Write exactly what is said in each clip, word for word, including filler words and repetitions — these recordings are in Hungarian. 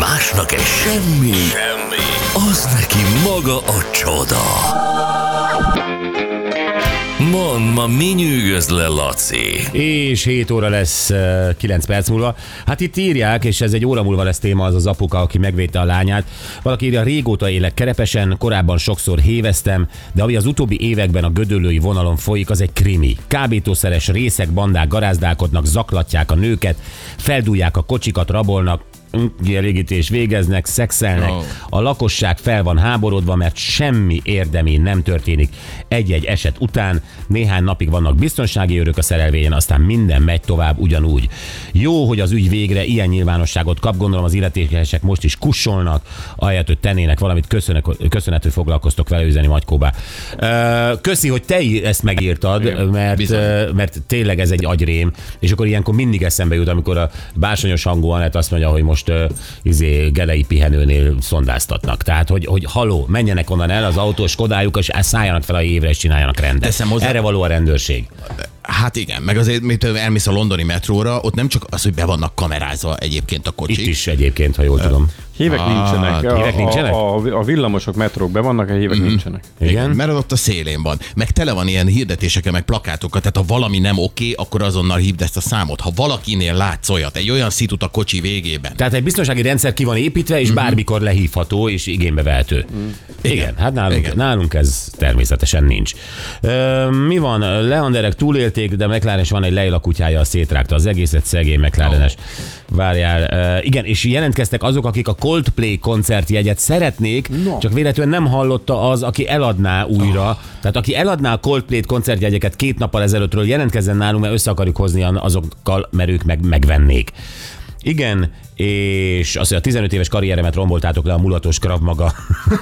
Másnak egy semmi, semmi, az neki maga a csoda. Mondd, ma mi nyűgöz le, Laci? És hét óra lesz kilenc perc múlva. Hát itt írják, és ez egy óra múlva lesz téma, az az apuka, aki megvédte a lányát. Valaki írja, régóta élek Kerepesen, korábban sokszor héveztem, de ami az utóbbi években a gödöllői vonalon folyik, az egy krimi. Kábítószeres részek, bandák garázdálkodnak, zaklatják a nőket, feldúlják a kocsikat, rabolnak, kielégítés végeznek, szexelnek. Oh. A lakosság fel van háborodva, mert semmi érdemi nem történik egy-egy eset után. Néhány napig vannak biztonsági őrök a szerelvényen, aztán minden megy tovább ugyanúgy. Jó, hogy az ügy végre ilyen nyilvánosságot kap, gondolom az illetékesek most is kussolnak, ahelyett, hogy tennének valamit, köszönet, köszönet, hogy foglalkoztok vele, üzeni Magykóbá. Köszi, hogy te ezt megírtad, mert, mert tényleg ez egy agyrém, és akkor ilyenkor mindig eszembe jut, amikor a bársonyos hangú Anett azt mondja, hogy most most uh, izé, gelei pihenőnél szondáztatnak. Tehát, hogy, hogy haló, menjenek onnan el az autós Skodájuk, és szálljanak fel a évre, és csináljanak rendet. Hozzá... Erre való a rendőrség. Hát igen, meg azért, mint elmész a londoni metróra, ott nem csak az, hogy be vannak kamerázva egyébként a kocsik. Itt is egyébként, ha jól uh, tudom. Hívek ah, nincsenek. A, hívek nincsenek? A, a, a villamosok, metrók be vannak, a hívek mm. nincsenek. Igen? Mert ott a szélén van. Meg tele van ilyen hirdetésekkel, meg plakátokkal, tehát ha valami nem oké, akkor azonnal hívd ezt a számot. Ha valakinél látsz olyat, egy olyan szitut a kocsi végében. Tehát egy biztonsági rendszer ki van építve, és mm-hmm. bármikor lehívható, és igénybe vehető. Mm. Igen. Igen, hát nálunk, Igen. nálunk ez természetesen nincs. Ö, mi van? Leanderek túlélték, de McLaren van egy Leila kutyája, a szétrágta az egészet, szegény McLarenes. Oh. Várjál. Uh, igen, és jelentkeztek azok, akik a Coldplay koncertjegyet szeretnék, no. csak véletlenül nem hallotta az, aki eladná újra. Oh. Tehát aki eladná a Coldplay koncertjegyeket két nappal ezelőttről, jelentkezzen nálunk, mert össze akarjuk hozni azokkal, mert ők meg megvennék. Igen, és azt, hogy a tizenöt éves karrieremet romboltátok le a mulatos Krav Maga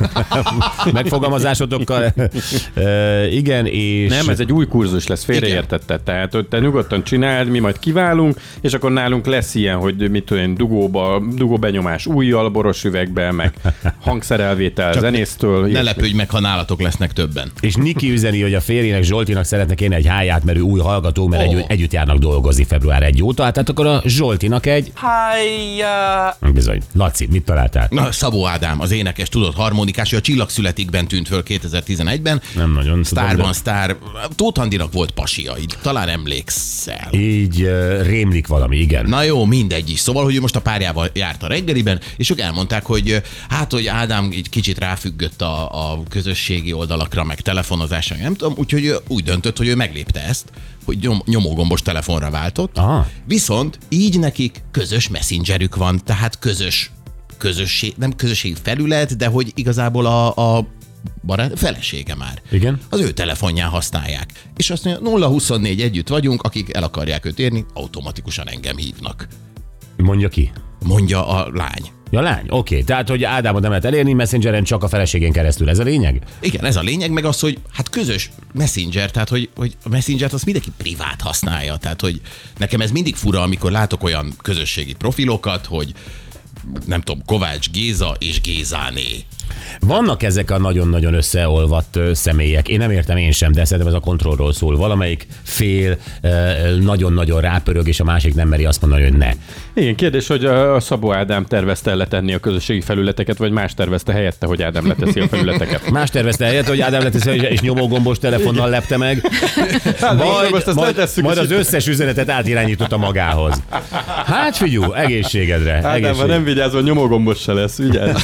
megfogalmazásotokkal. e, igen, és... Nem, ez egy új kurzus lesz, félreértetted. Tehát te nyugodtan csináld, mi majd kiválunk, és akkor nálunk lesz ilyen, hogy mit tudom én, dugóba, dugóbenyomás újjal, boros üvegbe, meg hangszerelvétel csak zenésztől. Ne lepődj meg, ha nálatok lesznek többen. És Niki üzeni, hogy a férjének, Zsoltinak szeretne kéne egy háját, mert ő új hallgató, mert oh. egy, együtt járnak dolgozni február elseje óta. Tehát akkor a Zsoltinak egy... Hájjá! Bizony. Laci, mit találtál? Na, Szabó Ádám, az énekes, tudod, harmonikás, ő a Csillagszületikben tűnt föl kétezer-tizenegyben. Nem nagyon. Sztárban sztár. Tóth Andinak volt pasia, így talán emlékszel. Így uh, rémlik valami, igen. Na jó, mindegy is. Szóval, hogy ő most a párjával járt a reggeliben, és ők elmondták, hogy hát, hogy Ádám egy kicsit ráfüggött a, a közösségi oldalakra, meg telefonozásra, nem tudom, úgyhogy úgy döntött, hogy ő meglépte ezt, hogy nyom, nyomógombos telefonra váltott. Aha. Viszont így nekik közös messengerük van, tehát közös közösség, nem közösségi felület, de hogy igazából a, a barát, felesége már. Igen? Az ő telefonján használják. És azt mondja, nulla huszonnégy együtt vagyunk, akik el akarják őt érni, automatikusan engem hívnak. Mondja ki? Mondja a lány. Ja, lány, oké. Okay. Tehát, hogy Ádámot nem lehet elérni Messengeren, csak a feleségén keresztül. Ez a lényeg? Igen, ez a lényeg, meg az, hogy hát közös Messenger, tehát, hogy, hogy a Messengert azt mindenki privát használja. Tehát, hogy nekem ez mindig fura, amikor látok olyan közösségi profilokat, hogy nem tudom, Kovács Géza és Gézáné. Vannak ezek a nagyon-nagyon összeolvadt személyek. Én nem értem én sem, de szerintem ez a kontrollról szól. Valamelyik fél nagyon-nagyon rápörög, és a másik nem meri azt mondani, hogy ne. Igen, kérdés, hogy a Szabó Ádám tervezte letenni a közösségi felületeket, vagy más tervezte helyette, hogy Ádám leteszi a felületeket? Más tervezte helyette, hogy Ádám leteszi, és nyomógombos telefonnal lepte meg. Hát, majd majd, majd az összes üzenetet átirányította magához. Hát figyú, egészségedre. Ádám, egészség. Nem vigyázol, nyomógombos se lesz, vigyázz.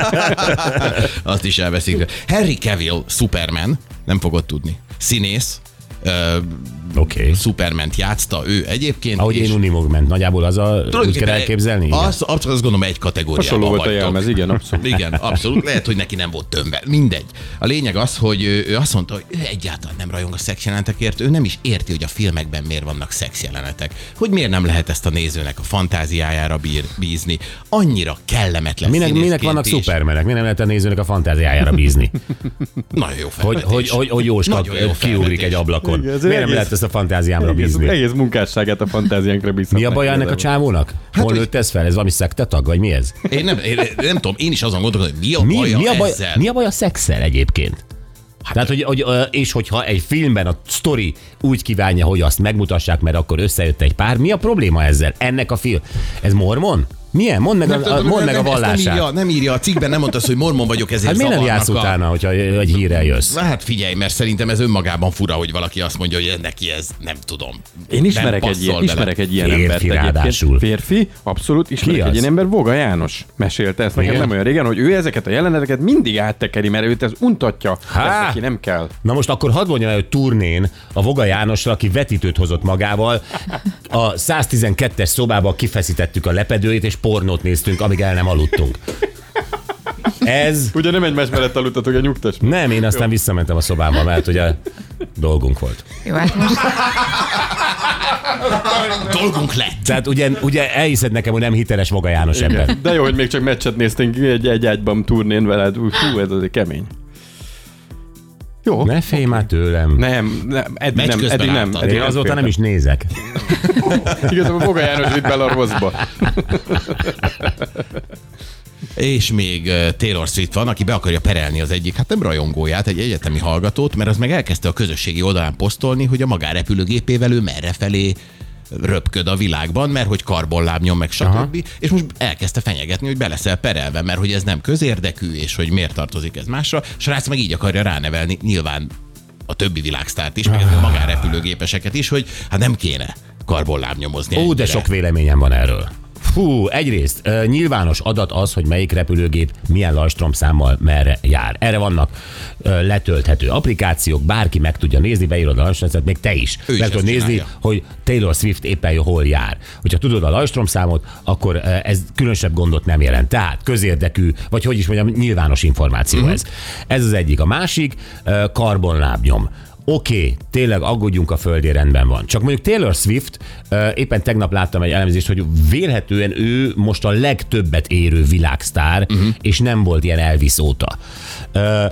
Azt is elveszik. Henry Cavill, Superman, nem fogod tudni. Színész, uh, okay. Superman-t játszta ő egyébként. Ahogy én Unimogment, nagyjából az a, úgy kell elképzelni? Azt, azt gondolom egy kategóriában hasonló volt a jelmez, igen, abszolút. Igen, abszolút. Lehet, hogy neki nem volt tömve. Mindegy. A lényeg az, hogy ő, ő azt mondta, hogy ő egyáltalán nem rajong a szexjelenetekért, ő nem is érti, hogy a filmekben miért vannak szexjelenetek. Hogy miért nem lehet ezt a nézőnek a fantáziájára bír, bízni. Annyira kellemetlen minek, minek vannak szupermenek? Miért nem lehet a nézőnek a fantáziájára bízni? Nagyon jó felvetés. Hogy, hogy, hogy, hogy Jóska kiugrik egy ablakon. Igen, miért nem lehet ezt a fantáziámra bízni? Egész munkásságát a fantáziánkra bízhatnak. Mi a baj ennek a csávónak? Hát, Hol nőtt ez fel? Ez valami szektetag, vagy mi ez? Én nem, én nem tudom, én is azon gondolkodom, hogy mi a mi, baja mi a baj, ezzel? Mi a baj a szexszel egyébként? Hát, Tehát, hogy, hogy, és hogyha egy filmben a sztori úgy kívánja, hogy azt megmutassák, mert akkor összejött egy pár, mi a probléma ezzel? Ennek a film? Ez mormon? Milyen? Mondd meg, Nem, a, tudom, mondd meg a nem, ezt vallását. Nem írja, nem írja, a cikkben nem mondta, hogy mormon vagyok, ezért Hát miért nem zavarnak jársz a... utána, hogyha egy hírrel jössz? Hát figyelj, mert szerintem ez önmagában fura, hogy valaki azt mondja, hogy neki ez nem tudom. Én ismerek nem egy ilyen, bele. ismerek egy ilyen Férfi embert ráadásul. egyébként. Férfi, abszolút, ismerek Ki egy az? ilyen ember, Voga János mesélte ezt nekem Igen? nem olyan régen, hogy ő ezeket a jeleneteket mindig áttekeri, mert őt ez untatja, Há! ez neki nem kell. Na most akkor hadd mondjam el, hogy turnén a Voga Jánosra, aki vetítőt hozott magával, a száztizenkettes szobába kifeszítettük a lepedőjét, és pornót néztünk, amíg el nem aludtunk. Ez... Ugye nem egymás mellett aludtatok, egy nyugtas? Nem, én aztán visszamentem a szobába, mert ugye dolgunk volt. Jó, hát most Dolgunk lett. Tehát ugye, ugye elhiszed nekem, hogy nem hiteles Voga János ember. Igen. De jó, hogy még csak meccset néztünk egy, egy ágyban turnén veled. Ú, hú, ez azért kemény. Jó. Ne félj már tőlem. Nem, nem, eddig Meccs nem, közben eddig nem. álltad. Eddig Én azóta féltem. nem is nézek. Igazából Voga János vitt bele a rosszba. És még uh, Taylor Swift van, aki be akarja perelni az egyik, hát nem rajongóját, egy egyetemi hallgatót, mert az meg elkezdte a közösségi oldalán posztolni, hogy a magánrepülőgépével ő merrefelé röpköd a világban, mert hogy karbonlábnyom meg stb. Aha. És most elkezdte fenyegetni, hogy be leszel perelve, mert hogy ez nem közérdekű, és hogy miért tartozik ez másra. Srác meg így akarja ránevelni nyilván a többi világsztárt is, meg a magánrepülőgépeseket is, hogy hát nem kéne karbonlábnyomozni. Ó, de ennyire. sok véleményem van erről. Fú, egyrészt uh, nyilvános adat az, hogy melyik repülőgép milyen lajstromszámmal merre jár. Erre vannak uh, letölthető applikációk, bárki meg tudja nézni, beírod a lajstromszámot, még te is. Ő is meg tudod ezt nézni, csinálja. hogy Taylor Swift éppen hol jár. Hogyha tudod a lajstromszámot, akkor uh, ez különösebb gondot nem jelent. Tehát közérdekű, vagy hogy is mondjam, nyilvános információ uh-huh. ez. Ez az egyik. A másik uh, karbonlábnyom. Oké, okay, tényleg aggódjunk, a földi rendben van. Csak mondjuk Taylor Swift, uh, éppen tegnap láttam egy elemzést, hogy vélhetően ő most a legtöbbet érő világsztár, uh-huh. és nem volt ilyen Elvis óta. Uh,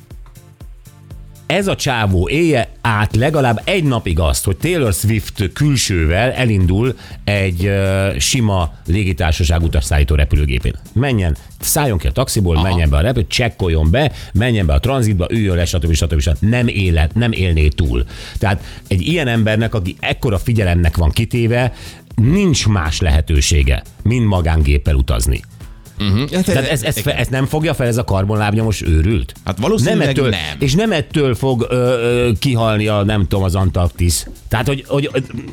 ez a csávó élje át legalább egy napig azt, hogy Taylor Swift külsővel elindul egy uh, sima légitársaság utasszállító repülőgépén. Menjen, szálljon ki a taxiból, aha. menjen be a repülő, csekkoljon be, menjen be a tranzitba, üljön le, stb. stb. stb. Nem élet, nem élné túl. Tehát egy ilyen embernek, aki ekkora figyelemnek van kitéve, nincs más lehetősége, mint magángéppel utazni. Uh-huh. Ja, Tehát ez, ez, ez nem fogja fel ez a karbonlábnyomos őrült? Hát valószínűleg nem. Ettől, nem. És nem ettől fog ö, ö, kihalni a, nem tudom, az Antarktisz. Tehát, hogy... hogy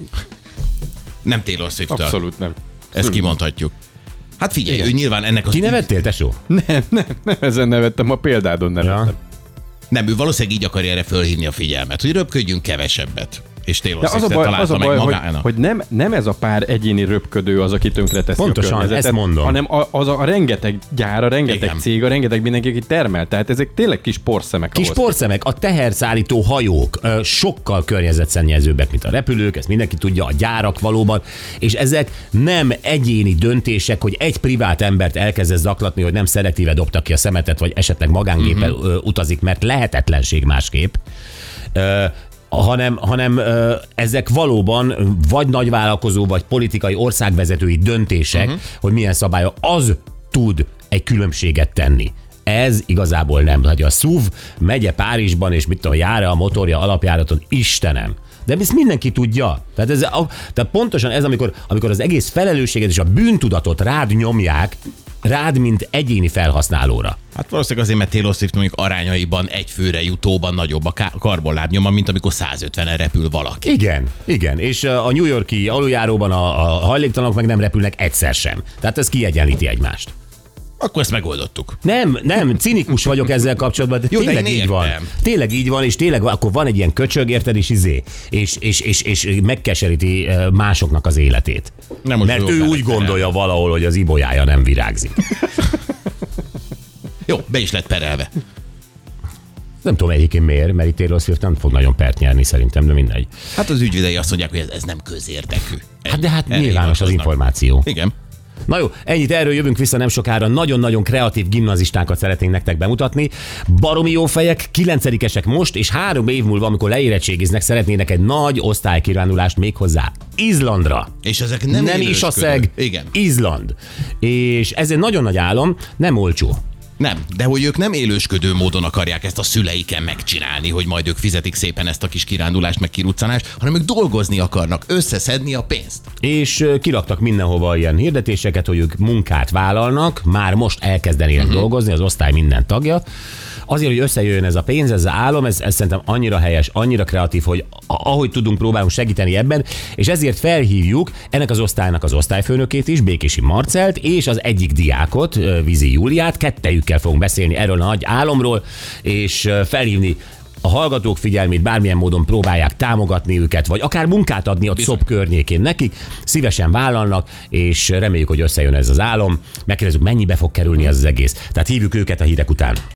Nem Taylor Swift-től. Abszolút nem. Ezt kimondhatjuk. Hát figyelj, Igen. ő nyilván ennek az... ki nevettél, tesó? Nem, nem, nem ezen nevettem, a példádon nevettem. Ja. Nem, ő valószínűleg így akarja erre fölhívni a figyelmet, hogy röpködjünk kevesebbet. És Taylor De az a Swift-et baj, találta az a meg baj hogy, magának. hogy nem, nem ez a pár egyéni röpködő az, aki tönkreteszi Pontosan, a környezetet, ezt mondom. hanem a, az a, a rengeteg gyár, a rengeteg Igen. cég, a rengeteg mindenki, aki termel. Tehát ezek tényleg kis porszemek. Kis ahhoz. porszemek, a teherszállító hajók ö, sokkal környezetszennyezőbbek, mint a repülők, ezt mindenki tudja, a gyárak valóban, és ezek nem egyéni döntések, hogy egy privát embert elkezdesz zaklatni, hogy nem szelektíve dobtak ki a szemetet, vagy esetleg magángéppel uh-huh. utazik, mert lehetetlenség másképp. Ö, hanem, hanem ö, ezek valóban vagy nagyvállalkozó, vagy politikai országvezetői döntések, uh-huh. hogy milyen szabályok, az tud egy különbséget tenni. Ez igazából nem. Hogy a es u vé megye Párizsban, és mit tudom, jár a motorja alapjáraton, Istenem. De ezt mindenki tudja. Tehát, ez, a, tehát pontosan ez, amikor, amikor az egész felelősséget és a bűntudatot rád nyomják, rád, mint egyéni felhasználóra. Hát valószínűleg azért, mert Taylor Swift mondjuk arányaiban egy főre jutóban nagyobb a karbonlábnyoma, mint amikor százötvenen repül valaki. Igen, igen. És a New York-i aluljáróban a, a hajléktalanok meg nem repülnek egyszer sem. Tehát ez kiegyenlíti egymást. Akkor ezt megoldottuk. Nem, nem, cinikus vagyok ezzel kapcsolatban, de Jó, de tényleg én így van. értem. Tényleg így van, és tényleg akkor van egy ilyen köcsög, érted, és izé, és, és, és, és megkeseríti másoknak az életét. Nem, most Mert jó ő bele- úgy gondolja valahol, hogy az ibolyája nem virágzik. Jó, be is lett perelve. Nem tudom egyébként miért, mert itt Taylor Swift nem fog nagyon pert nyerni szerintem, de mindegy. Hát az ügyvédei azt mondják, hogy ez, ez nem közérdekű. Hát de hát Erre nyilvános az hivatkoznak. információ. Igen. Na jó, ennyit erről, jövünk vissza nem sokára. Nagyon-nagyon kreatív gimnazistákat szeretnénk nektek bemutatni. Baromi jó fejek, kilencedikesek most, és három év múlva, amikor leérettségiznek, szeretnének egy nagy osztálykirándulást méghozzá Izlandra. És ezek nem, nem élősködők. Isaszeg, Igen. Izland. És ez egy nagyon nagy álom, nem olcsó. Nem, de hogy ők nem élősködő módon akarják ezt a szüleiken megcsinálni, hogy majd ők fizetik szépen ezt a kis kirándulást, meg kiruccanást, hanem ők dolgozni akarnak, összeszedni a pénzt. És ö, kiraktak mindenhova ilyen hirdetéseket, hogy ők munkát vállalnak, már most elkezdenének uh-huh. dolgozni, az osztály minden tagja. Azért, hogy összejöjjön ez a pénz, ez az álom, ez, ez szerintem annyira helyes, annyira kreatív, hogy ahogy tudunk, próbálunk segíteni ebben, és ezért felhívjuk ennek az osztálynak az osztályfőnökét is, Békési Marcelt, és az egyik diákot, Vizi Júliát, kettejükkel fogunk beszélni erről a nagy álomról, és felhívni a hallgatók figyelmét, bármilyen módon próbálják támogatni őket, vagy akár munkát adni a Szop környékén nekik, szívesen vállalnak, és reméljük, hogy összejön ez az álom. Megkérdezzük, mennyibe fog kerülni ez az egész. Tehát hívjuk őket a hírek után.